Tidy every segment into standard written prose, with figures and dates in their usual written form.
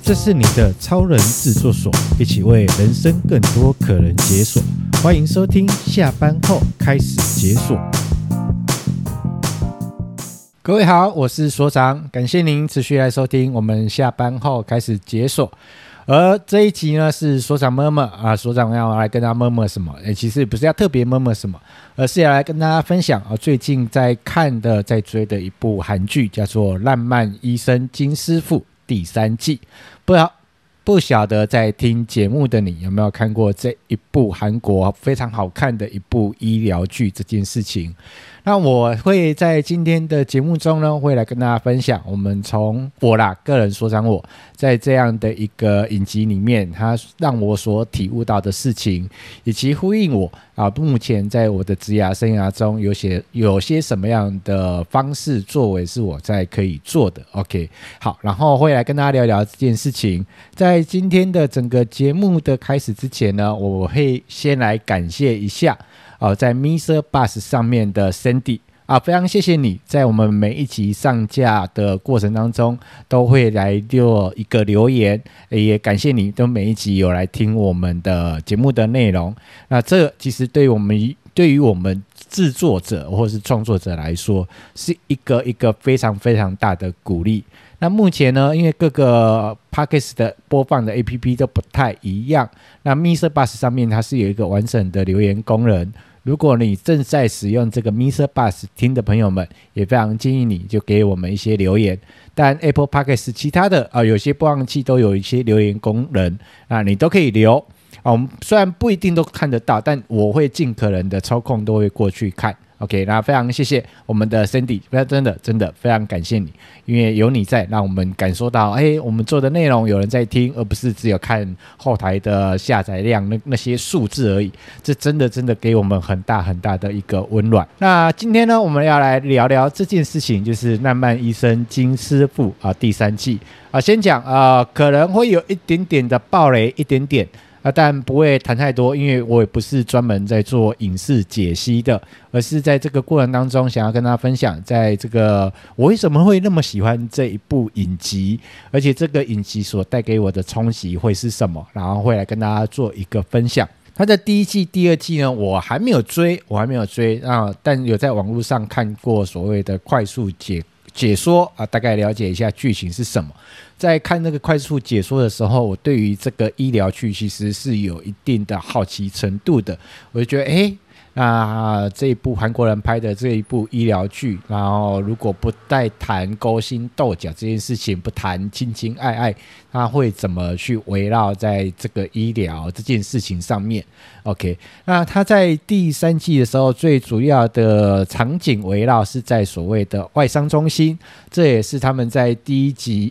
这是你的超人制作所，一起为人生更多可能解锁。欢迎收听下班后开始解锁。各位好，我是所长，感谢您持续来收听我们下班后开始解锁。而这一集呢是所长摸摸啊，所长要来跟大家摸摸什么？其实不是要特别摸摸什么，而是要来跟大家分享最近在看的、在追的一部韩剧，叫做《浪漫医生金师傅》第3季。不晓得在听节目的你有没有看过这一部韩国非常好看的一部医疗剧这件事情？那我会在今天的节目中呢，会来跟大家分享我们从个人所长我在这样的一个影集里面，它让我所体悟到的事情，以及呼应我目前在我的职涯生涯中有些什么样的方式作为是我在可以做的。 OK， 好，然后会来跟大家聊聊这件事情。在今天的整个节目的开始之前呢，我会先来感谢一下在 Mr. Bus 上面的 Sandy 非常谢谢你在我们每一集上架的过程当中都会来做一个留言，也感谢你都每一集有来听我们的节目的内容。那这其实对于我们制作者或是创作者来说是一个非常非常大的鼓励。那目前呢，因为各个 Podcast 的播放的 APP 都不太一样，那 Mr. Bus 上面它是有一个完整的留言功能。如果你正在使用这个 Mr. Bus 听的朋友们，也非常建议你就给我们一些留言。但 Apple Podcast 其他的有些播放器都有一些留言功能，你都可以留。我们虽然不一定都看得到，但我会尽可能的抽空都会过去看。OK， 那非常谢谢我们的 Sandy， 真的非常感谢你，因为有你在，让我们感受到我们做的内容有人在听，而不是只有看后台的下载量那些数字而已。这真的给我们很大很大的一个温暖。那今天呢，我们要来聊聊这件事情，就是《浪漫医生金师傅》第3季先讲可能会有一点点的爆雷，一点点。但不会谈太多，因为我也不是专门在做影视解析的，而是在这个过程当中想要跟大家分享，在这个我为什么会那么喜欢这一部影集，而且这个影集所带给我的冲击会是什么，然后会来跟大家做一个分享。它的第1季、第2季呢，我还没有追但有在网络上看过所谓的快速解说大概了解一下剧情是什么。在看那个快速解说的时候，我对于这个医疗剧其实是有一定的好奇程度的。我就觉得这一部韩国人拍的这一部医疗剧，然后如果不再谈勾心斗角这件事情，不谈情情爱爱，他会怎么去围绕在这个医疗这件事情上面。 OK， 那他在第3季的时候最主要的场景围绕是在所谓的外伤中心，这也是他们在第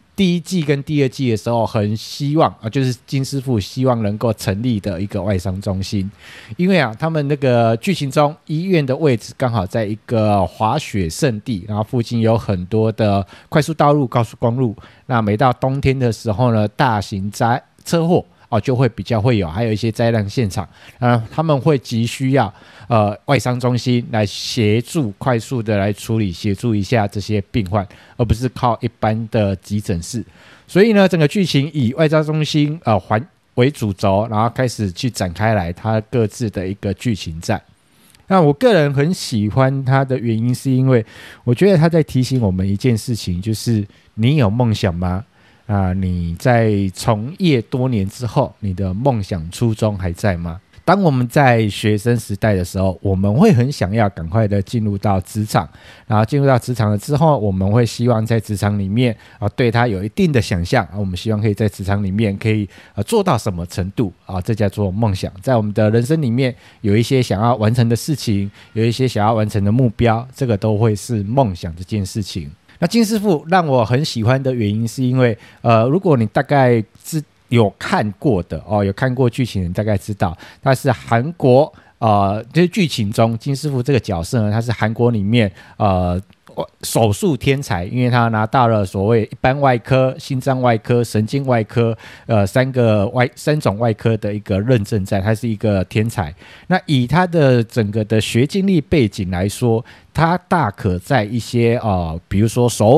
1季跟第2季的时候很希望就是金师傅希望能够成立的一个外伤中心。因为他们那个剧情中医院的位置刚好在一个滑雪胜地，然后附近有很多的快速道路、高速公路，那每到冬天的时候呢，大型车祸就会比较会有，还有一些灾难现场，他们会急需要外伤中心来协助快速的来处理，协助一下这些病患，而不是靠一般的急诊室。所以呢，整个剧情以外伤中心为主轴，然后开始去展开来它各自的一个剧情在。那我个人很喜欢它的原因是因为我觉得它在提醒我们一件事情，就是你有梦想吗？你在从业多年之后，你的梦想初衷还在吗？当我们在学生时代的时候，我们会很想要赶快的进入到职场，然后进入到职场了之后，我们会希望在职场里面对它有一定的想象，我们希望可以在职场里面可以做到什么程度这叫做梦想。在我们的人生里面有一些想要完成的事情，有一些想要完成的目标，这个都会是梦想这件事情。那金师傅让我很喜欢的原因是因为如果你大概有看过的有看过剧情，你大概知道他是韩国就是剧情中金师傅这个角色呢，他是韩国里面手术天才，因为他拿到了所谓一般外科、心脏外科、神经外科三种外科的一个认证在，他是一个天才。那以他的整个的学经历背景来说，他大可在一些比如说首尔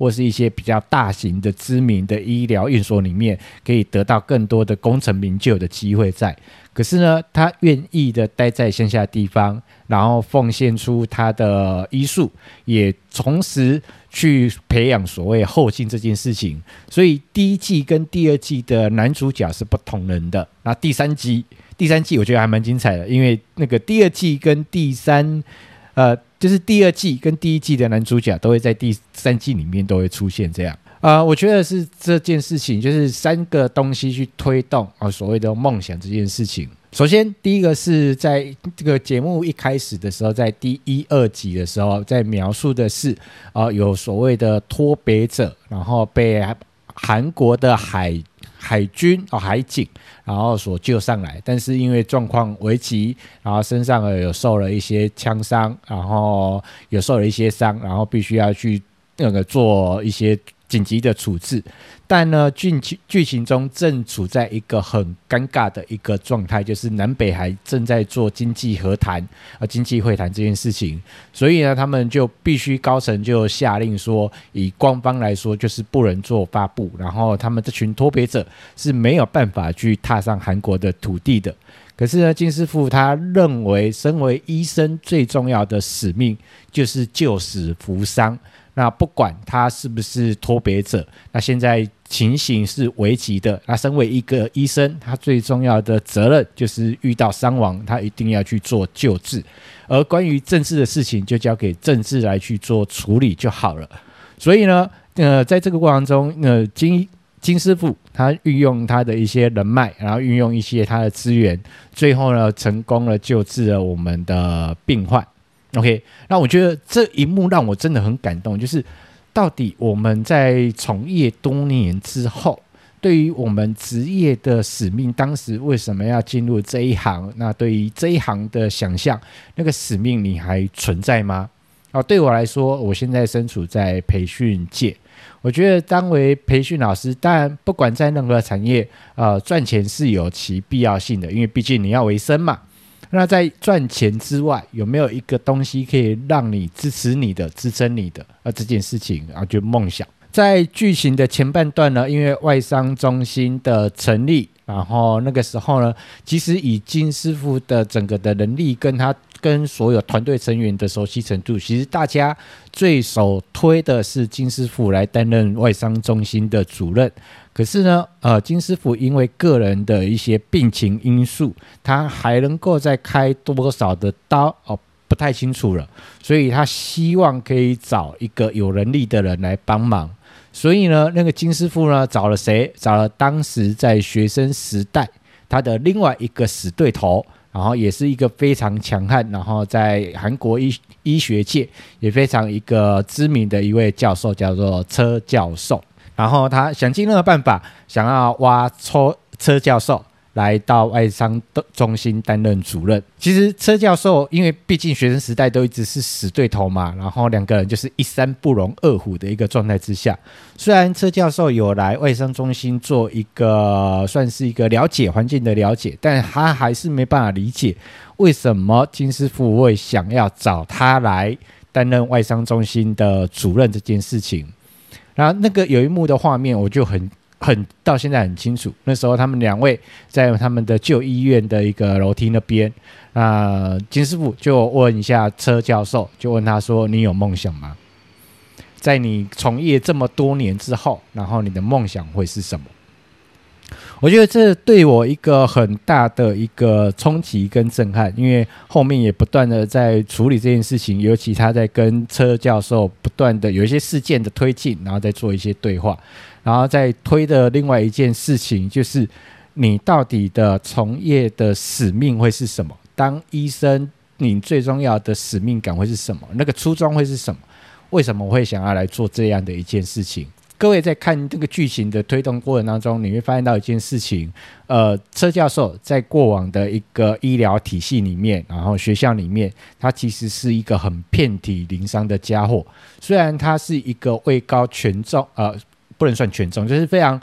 或是一些比较大型的知名的医疗院所里面，可以得到更多的功成名就的机会在。可是呢，他愿意的待在乡下地方，然后奉献出他的医术，也同时去培养所谓后进这件事情。所以第一季跟第二季的男主角是不同人的。那第三季我觉得还蛮精彩的，因为那个第二季跟就是第二季跟第一季的男主角都会在第三季里面都会出现这样。我觉得是这件事情就是三个东西去推动所谓的梦想这件事情。首先第一个是在这个节目一开始的时候，在第1、2集的时候，在描述的是有所谓的脱北者，然后被韩国的海军海警然后所救上来，但是因为状况危急，然后身上有受了一些枪伤，然后有受了一些伤，然后必须要去做一些紧急的处置。但呢剧情中正处在一个很尴尬的一个状态，就是南北韩正在做经济会谈这件事情，所以呢他们就必须高层就下令说，以官方来说就是不能做发布，然后他们这群脱北者是没有办法去踏上韩国的土地的。可是呢，金师傅他认为身为医生最重要的使命就是救死扶伤，那不管他是不是脱北者，那现在情形是危急的，那身为一个医生，他最重要的责任就是遇到伤亡他一定要去做救治，而关于政治的事情就交给政治来去做处理就好了。所以呢在这个过程中金师傅他运用他的一些人脉，然后运用一些他的资源，最后呢成功了救治了我们的病患。OK， 那我觉得这一幕让我真的很感动，就是到底我们在从业多年之后，对于我们职业的使命，当时为什么要进入这一行？那对于这一行的想象，那个使命你还存在吗？对我来说，我现在身处在培训界，我觉得当为培训老师，当然不管在任何产业，赚钱是有其必要性的，因为毕竟你要维生嘛。那在赚钱之外，有没有一个东西可以让你支撑你的这件事情就梦想。在剧情的前半段呢，因为外商中心的成立，然后那个时候呢，其实以金师傅的整个的能力跟所有团队成员的熟悉程度，其实大家最首推的是金师傅来担任外商中心的主任。可是呢金师傅因为个人的一些病情因素，他还能够再开多少的刀不太清楚了，所以他希望可以找一个有能力的人来帮忙。所以呢那个金师傅呢找了谁？找了当时在学生时代他的另外一个死对头，然后也是一个非常强悍，然后在韩国医学界也非常一个知名的一位教授，叫做车教授。然后他想尽任何办法想要挖车教授来到外商中心担任主任。其实车教授因为毕竟学生时代都一直是死对头嘛，然后两个人就是一山不容二虎的一个状态之下，虽然车教授有来外商中心做一个算是一个了解环境的了解，但他还是没办法理解为什么金师傅会想要找他来担任外商中心的主任这件事情。然后那个有一幕的画面我就很到现在很清楚，那时候他们两位在他们的旧医院的一个楼梯那边，金师傅就问一下车教授，就问他说，你有梦想吗？在你从业这么多年之后，然后你的梦想会是什么？我觉得这对我一个很大的一个冲击跟震撼，因为后面也不断的在处理这件事情，尤其他在跟车教授不断的有一些事件的推进，然后再做一些对话，然后再推的另外一件事情就是你到底的从业的使命会是什么？当医生你最重要的使命感会是什么？那个初衷会是什么？为什么我会想要来做这样的一件事情？各位在看这个剧情的推动过程当中，你会发现到一件事情，车教授在过往的一个医疗体系里面，然后学校里面，他其实是一个很遍体鳞伤的家伙。虽然他是一个位高权重，不能算权重，就是非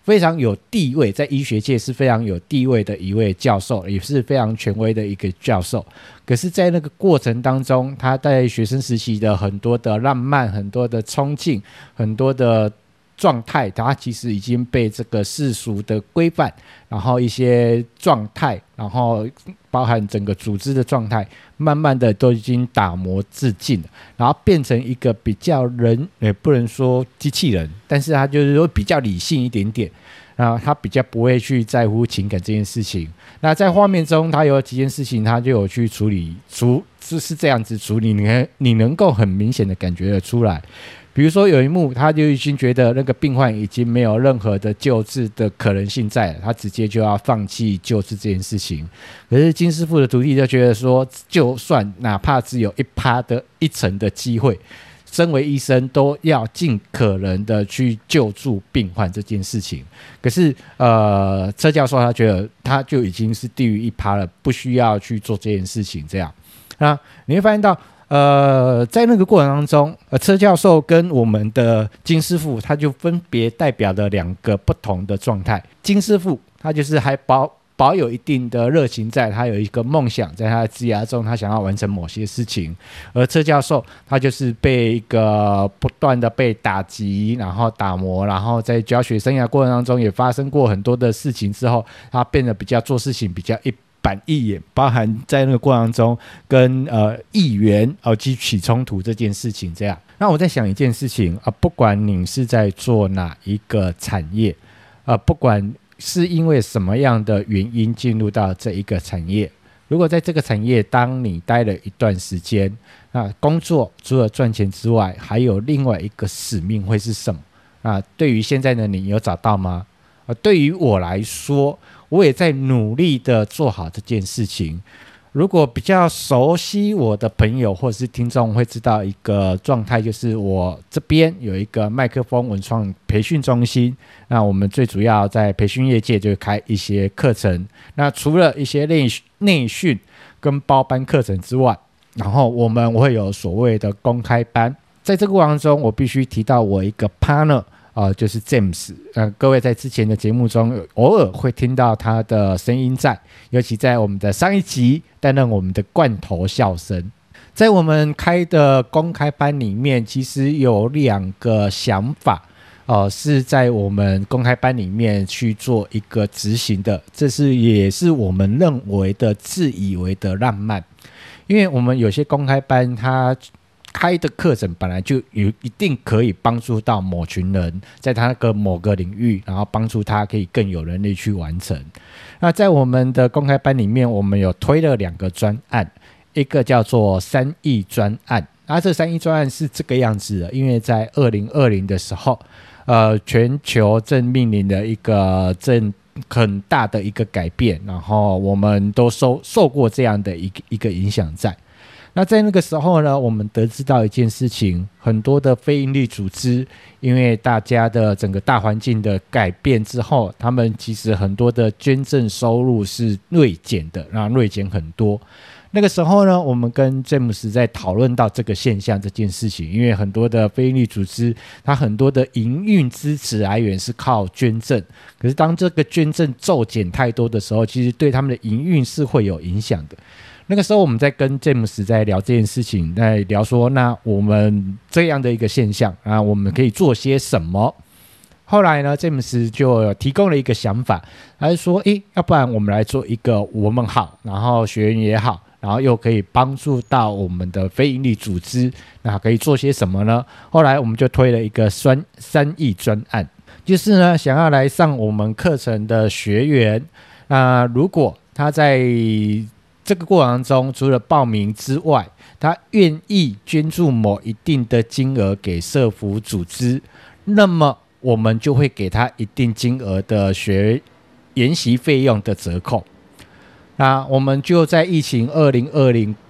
非常有地位，在医学界是非常有地位的一位教授，也是非常权威的一个教授。可是在那个过程当中，他在学生时期的很多的浪漫，很多的冲劲，很多的状态，它其实已经被这个世俗的规范，然后一些状态，然后包含整个组织的状态，慢慢的都已经打磨自尽了，然后变成一个比较人，也不能说机器人，但是他就是说比较理性一点点，然后他比较不会去在乎情感这件事情。那在画面中，他有几件事情，他就有去处理，就是这样子处理，你能够很明显的感觉得出来。比如说有一幕，他就已经觉得那个病患已经没有任何的救治的可能性在了，他直接就要放弃救治这件事情。可是金师傅的徒弟就觉得说，就算哪怕只有1%的1%的机会，身为医生都要尽可能的去救助病患这件事情。可是车教授他觉得他就已经是低于1%了，不需要去做这件事情。这样，那你会发现到。在那个过程当中，车教授跟我们的金师傅，他就分别代表了2个不同的状态。金师傅他就是还保有一定的热情在，他有一个梦想，在他的职涯中，他想要完成某些事情。而车教授他就是被一个不断的被打击，然后打磨，然后在教学生涯过程当中也发生过很多的事情之后，他变得比较做事情比较一板一眼，包含在那个过程中跟议员起冲突这件事情。这样，那我在想一件事情不管你是在做哪一个产业，不管是因为什么样的原因进入到这一个产业，如果在这个产业当你待了一段时间，那工作除了赚钱之外，还有另外一个使命会是什么？对于现在的你有找到吗？对于我来说，我也在努力的做好这件事情。如果比较熟悉我的朋友或者是听众会知道一个状态，就是我这边有一个麦克风文创培训中心，那我们最主要在培训业界就开一些课程，那除了一些内训跟包班课程之外，然后我会有所谓的公开班。在这个过程中，我必须提到我一个 partner就是 James， 各位在之前的节目中偶尔会听到他的声音在，尤其在我们的上一集担任我们的罐头笑声。在我们开的公开班里面，其实有2个想法是在我们公开班里面去做一个执行的，这也是我们认为的自以为的浪漫。因为我们有些公开班它开的课程本来就一定可以帮助到某群人，在他那个某个领域，然后帮助他可以更有能力去完成。那在我们的公开班里面，我们有推了2个专案，一个叫做3亿专案。那这3亿专案是这个样子的，因为在2020的时候，全球正面临的一个很大的一个改变，然后我们都受过这样的一个影响在。那在那个时候呢，我们得知到一件事情，很多的非营利组织，因为大家的整个大环境的改变之后，他们其实很多的捐赠收入是锐减的，然后锐减很多。那个时候呢，我们跟詹姆斯在讨论到这个现象这件事情，因为很多的非营利组织，它很多的营运支持来源是靠捐赠，可是当这个捐赠骤减太多的时候，其实对他们的营运是会有影响的。那个时候我们在跟詹姆斯在聊这件事情，在聊说那我们这样的一个现象我们可以做些什么。后来呢，詹姆斯就提供了一个想法，他就说要不然我们来做一个我们好，然后学员也好，然后又可以帮助到我们的非营利组织，那可以做些什么呢？后来我们就推了一个3亿专案，就是呢想要来上我们课程的学员，如果他在这个过程中除了报名之外，他愿意捐助某一定的金额给社福组织，那么我们就会给他一定金额的研习费用的折扣。那我们就在疫情2020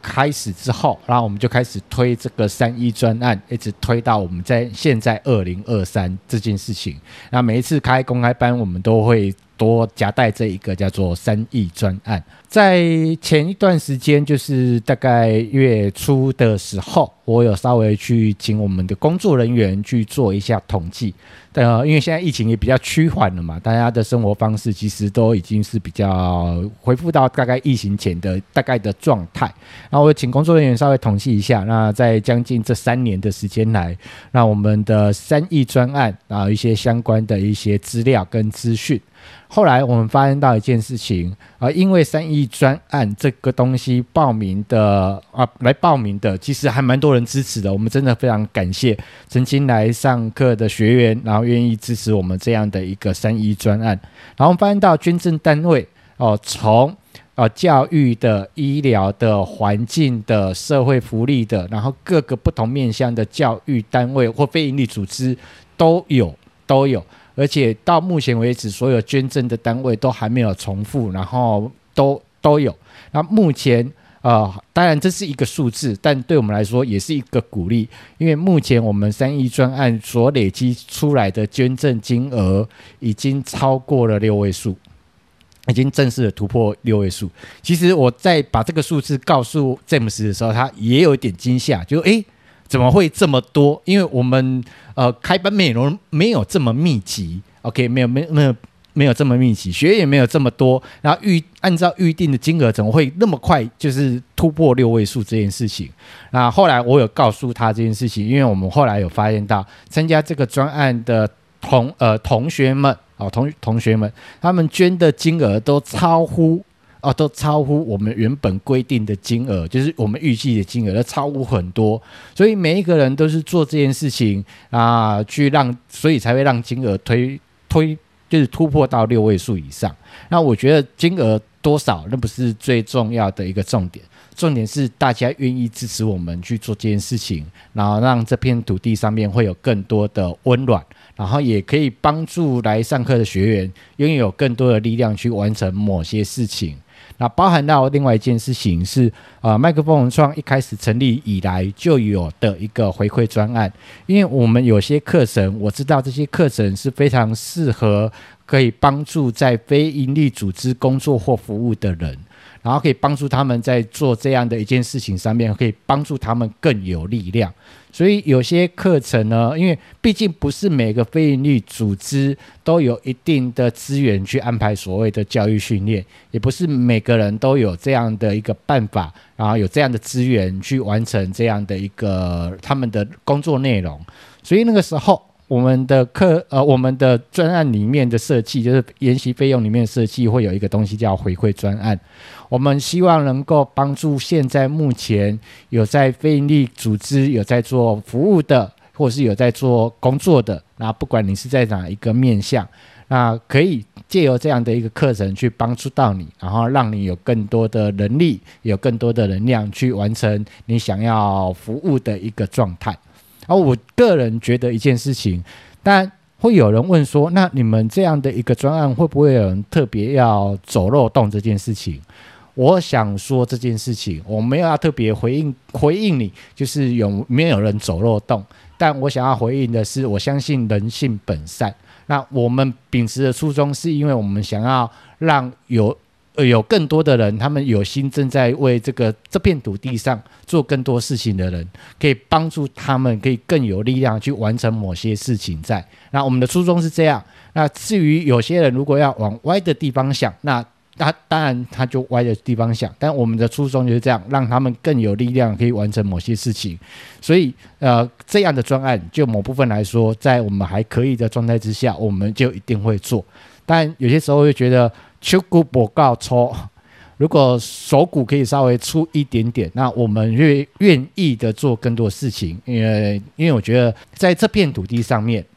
开始之后，然后我们就开始推这个3E专案，一直推到我们在现在2023这件事情。那每一次开公开班，我们都会多夹带这一个叫做3E专案。在前一段时间，就是大概月初的时候，我有稍微去请我们的工作人员去做一下统计。因为现在疫情也比较趋缓了嘛，大家的生活方式其实都已经是比较恢复到大概疫情前的大概的状态。然后我请工作人员稍微统计一下，那在将近这3年的时间来，那我们的3E专案一些相关的一些资料跟资讯。后来我们发现到一件事情，因为3E专案这个东西来报名的，其实还蛮多人支持的。我们真的非常感谢曾经来上课的学员，然后愿意支持我们这样的一个3E专案。然后我们发现到捐赠单位从教育的、医疗的、环境的、社会福利的，然后各个不同面向的教育单位或非营利组织都有。而且到目前为止，所有捐赠的单位都还没有重复，然后都有。那目前当然这是一个数字，但对我们来说也是一个鼓励，因为目前我们3E专案所累积出来的捐赠金额已经超过了6位数，已经正式的突破6位数。其实我在把这个数字告诉詹姆斯的时候，他也有一点惊吓，就怎么会这么多？因为我们开班内容没有这么密集 ，OK， 没有这么密集，学员也没有这么多，然后按照预定的金额怎么会那么快就是突破6位数这件事情？那后来我有告诉他这件事情，因为我们后来有发现到参加这个专案的同学们同学们，他们捐的金额都超乎我们原本规定的金额，就是我们预计的金额都超乎很多，所以每一个人都是做这件事情所以才会让金额就是突破到6位数以上。那我觉得金额多少那不是最重要的一个重点，重点是大家愿意支持我们去做这件事情，然后让这片土地上面会有更多的温暖，然后也可以帮助来上课的学员拥有更多的力量去完成某些事情。那包含到另外一件事情是麦克风文创一开始成立以来就有的一个回馈专案。因为我们有些课程，我知道这些课程是非常适合可以帮助在非营利组织工作或服务的人，然后可以帮助他们在做这样的一件事情上面，可以帮助他们更有力量。所以有些课程呢，因为毕竟不是每个非营利组织都有一定的资源去安排所谓的教育训练，也不是每个人都有这样的一个办法，然后有这样的资源去完成这样的一个他们的工作内容。所以那个时候我们的专案里面的设计，就是研习费用里面的设计，会有一个东西叫回馈专案。我们希望能够帮助现在目前有在非营利组织有在做服务的，或是有在做工作的，那不管你是在哪一个面向，那可以借由这样的一个课程去帮助到你，然后让你有更多的能力，有更多的能量去完成你想要服务的一个状态。我个人觉得一件事情，但会有人问说，那你们这样的一个专案会不会有人特别要走漏洞这件事情？我想说这件事情我没有要特别回应你，就是有没有人走漏洞，但我想要回应的是，我相信人性本善。那我们秉持的初衷是因为我们想要让有更多的人，他们有心正在为这片土地上做更多事情的人，可以帮助他们可以更有力量去完成某些事情在。那我们的初衷是这样。那至于有些人如果要往歪的地方想，那当然他就歪的地方想，但我们的初衷就是这样，让他们更有力量可以完成某些事情。所以这样的专案就某部分来说，在我们还可以的状态之下，我们就一定会做。但有些时候会觉得手骨不够粗，如果手骨可以稍微粗一点点，那我们愿意的做更多事情。因为我觉得在这片土地上面，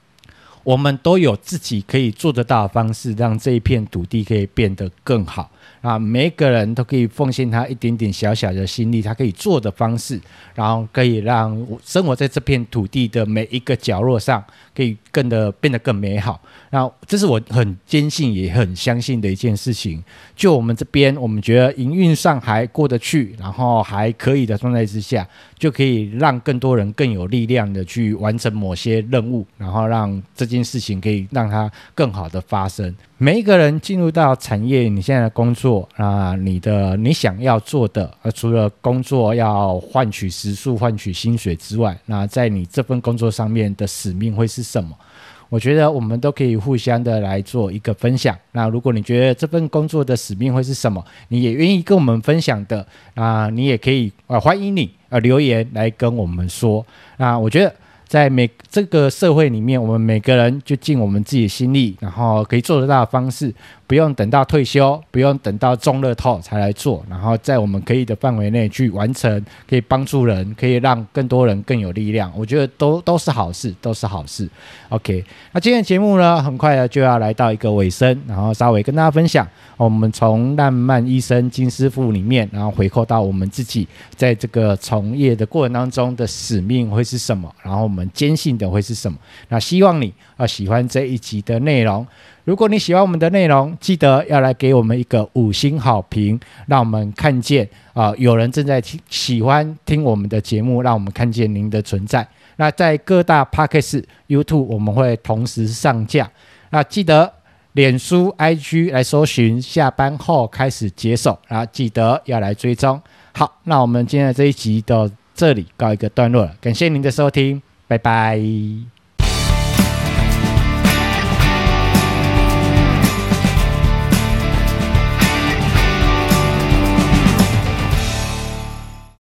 我们都有自己可以做得到的方式，让这一片土地可以变得更好。 啊，每一个人都可以奉献他一点点小小的心力，他可以做的方式，然后可以让生活在这片土地的每一个角落上可以变得更美好。然后这是我很坚信也很相信的一件事情。就我们这边，我们觉得营运上还过得去，然后还可以的状态之下，就可以让更多人更有力量的去完成某些任务，然后让这件事情可以让它更好的发生。每一个人进入到产业，你现在的工作啊，你想要做的，除了工作要换取时数、换取薪水之外，那在你这份工作上面的使命会是什么？我觉得我们都可以互相的来做一个分享。那如果你觉得这份工作的使命会是什么，你也愿意跟我们分享的，你也可以欢迎你留言来跟我们说。那我觉得在这个社会里面，我们每个人就尽我们自己的心力，然后可以做得到的方式，不用等到退休，不用等到中乐透才来做，然后在我们可以的范围内去完成，可以帮助人，可以让更多人更有力量。我觉得都是好事，都是好事。OK， 那今天的节目呢，很快的就要来到一个尾声，然后稍微跟大家分享，我们从浪漫医生金师傅里面，然后回扣到我们自己在这个从业的过程当中的使命会是什么，然后我们坚信的会是什么。那希望你喜欢这一集的内容。如果你喜欢我们的内容，记得要来给我们一个5星好评，让我们看见有人正在喜欢听我们的节目，让我们看见您的存在。那在各大 Podcast、YouTube 我们会同时上架。那记得脸书 IG 来搜寻下班后开始解手，然后记得要来追踪。好，那我们今天的这一集到这里告一个段落了，感谢您的收听，拜拜。